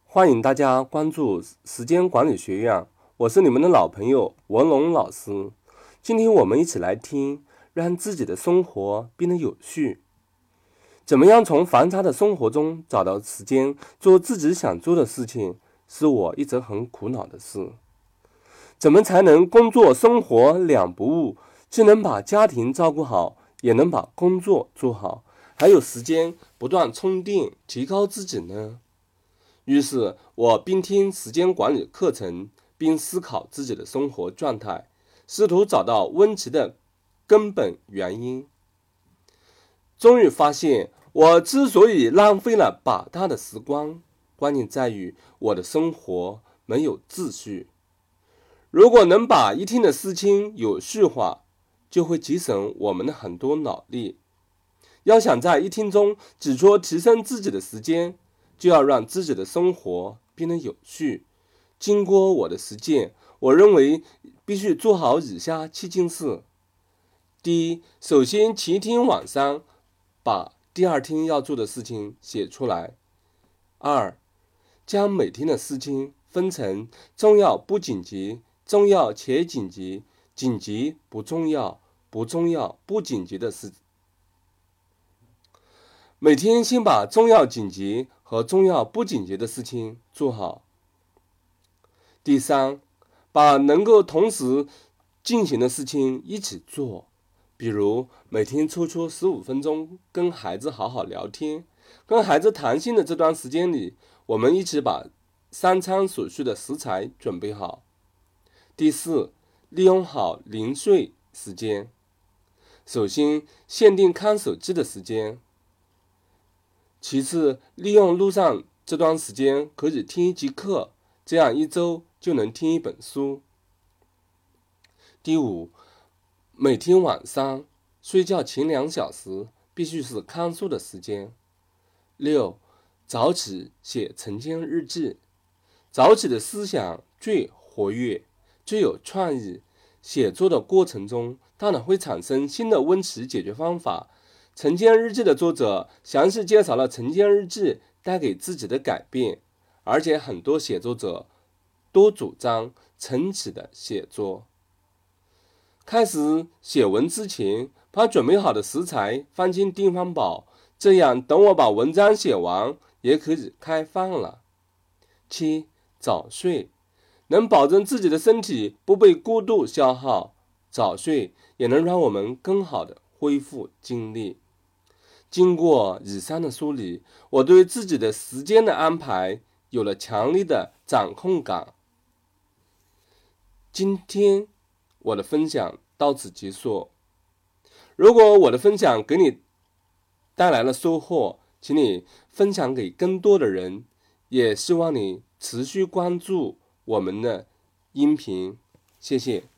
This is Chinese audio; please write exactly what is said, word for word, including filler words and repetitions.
欢迎大家关注时间管理学院，我是你们的老朋友文龙老师。今天我们一起来听，让自己的生活变得有序。怎么样从繁杂的生活中找到时间做自己想做的事情，是我一直很苦恼的事。怎么才能工作生活两不误，既能把家庭照顾好，也能把工作做好，还有时间不断充电，提高自己呢？于是我边听时间管理课程，边思考自己的生活状态，试图找到问题的根本原因。终于发现，我之所以浪费了宝大的时光，关键在于我的生活没有秩序。如果能把一天的事情有序化，就会节省我们的很多脑力。要想在一天中挤出提升自己的时间，就要让自己的生活变得有序。经过我的实践，我认为必须做好以下七件事。第一，首先前一天晚上把第二天要做的事情写出来。二，将每天的事情分成重要不紧急、重要且紧急、紧急不重要、不重要不紧急的事。每天先把重要紧急和重要不紧急的事情做好。第三，把能够同时进行的事情一起做，比如每天抽出十五分钟跟孩子好好聊天，跟孩子谈心的这段时间里，我们一起把三餐所需的食材准备好。第四，利用好零碎时间。首先，限定看手机的时间。其次，利用路上这段时间可以听一节课，这样一周就能听一本书。第五，每天晚上睡觉前两小时必须是看书的时间。六，早起写晨间日记。早起的思想最活跃，最有创意。写作的过程中，大脑会产生新的问题解决方法。晨间日记的作者详细介绍了晨间日记带给自己的改变，而且很多写作者都主张晨起的写作。开始写文之前，把准备好的食材放进电饭煲，这样等我把文章写完，也可以开饭了。七，早睡，能保证自己的身体不被过度消耗，早睡也能让我们更好的恢复精力。经过以上的梳理，我对自己的时间的安排有了强烈的掌控感。今天我的分享到此结束。如果我的分享给你带来了收获，请你分享给更多的人，也希望你持续关注我们的音频，谢谢。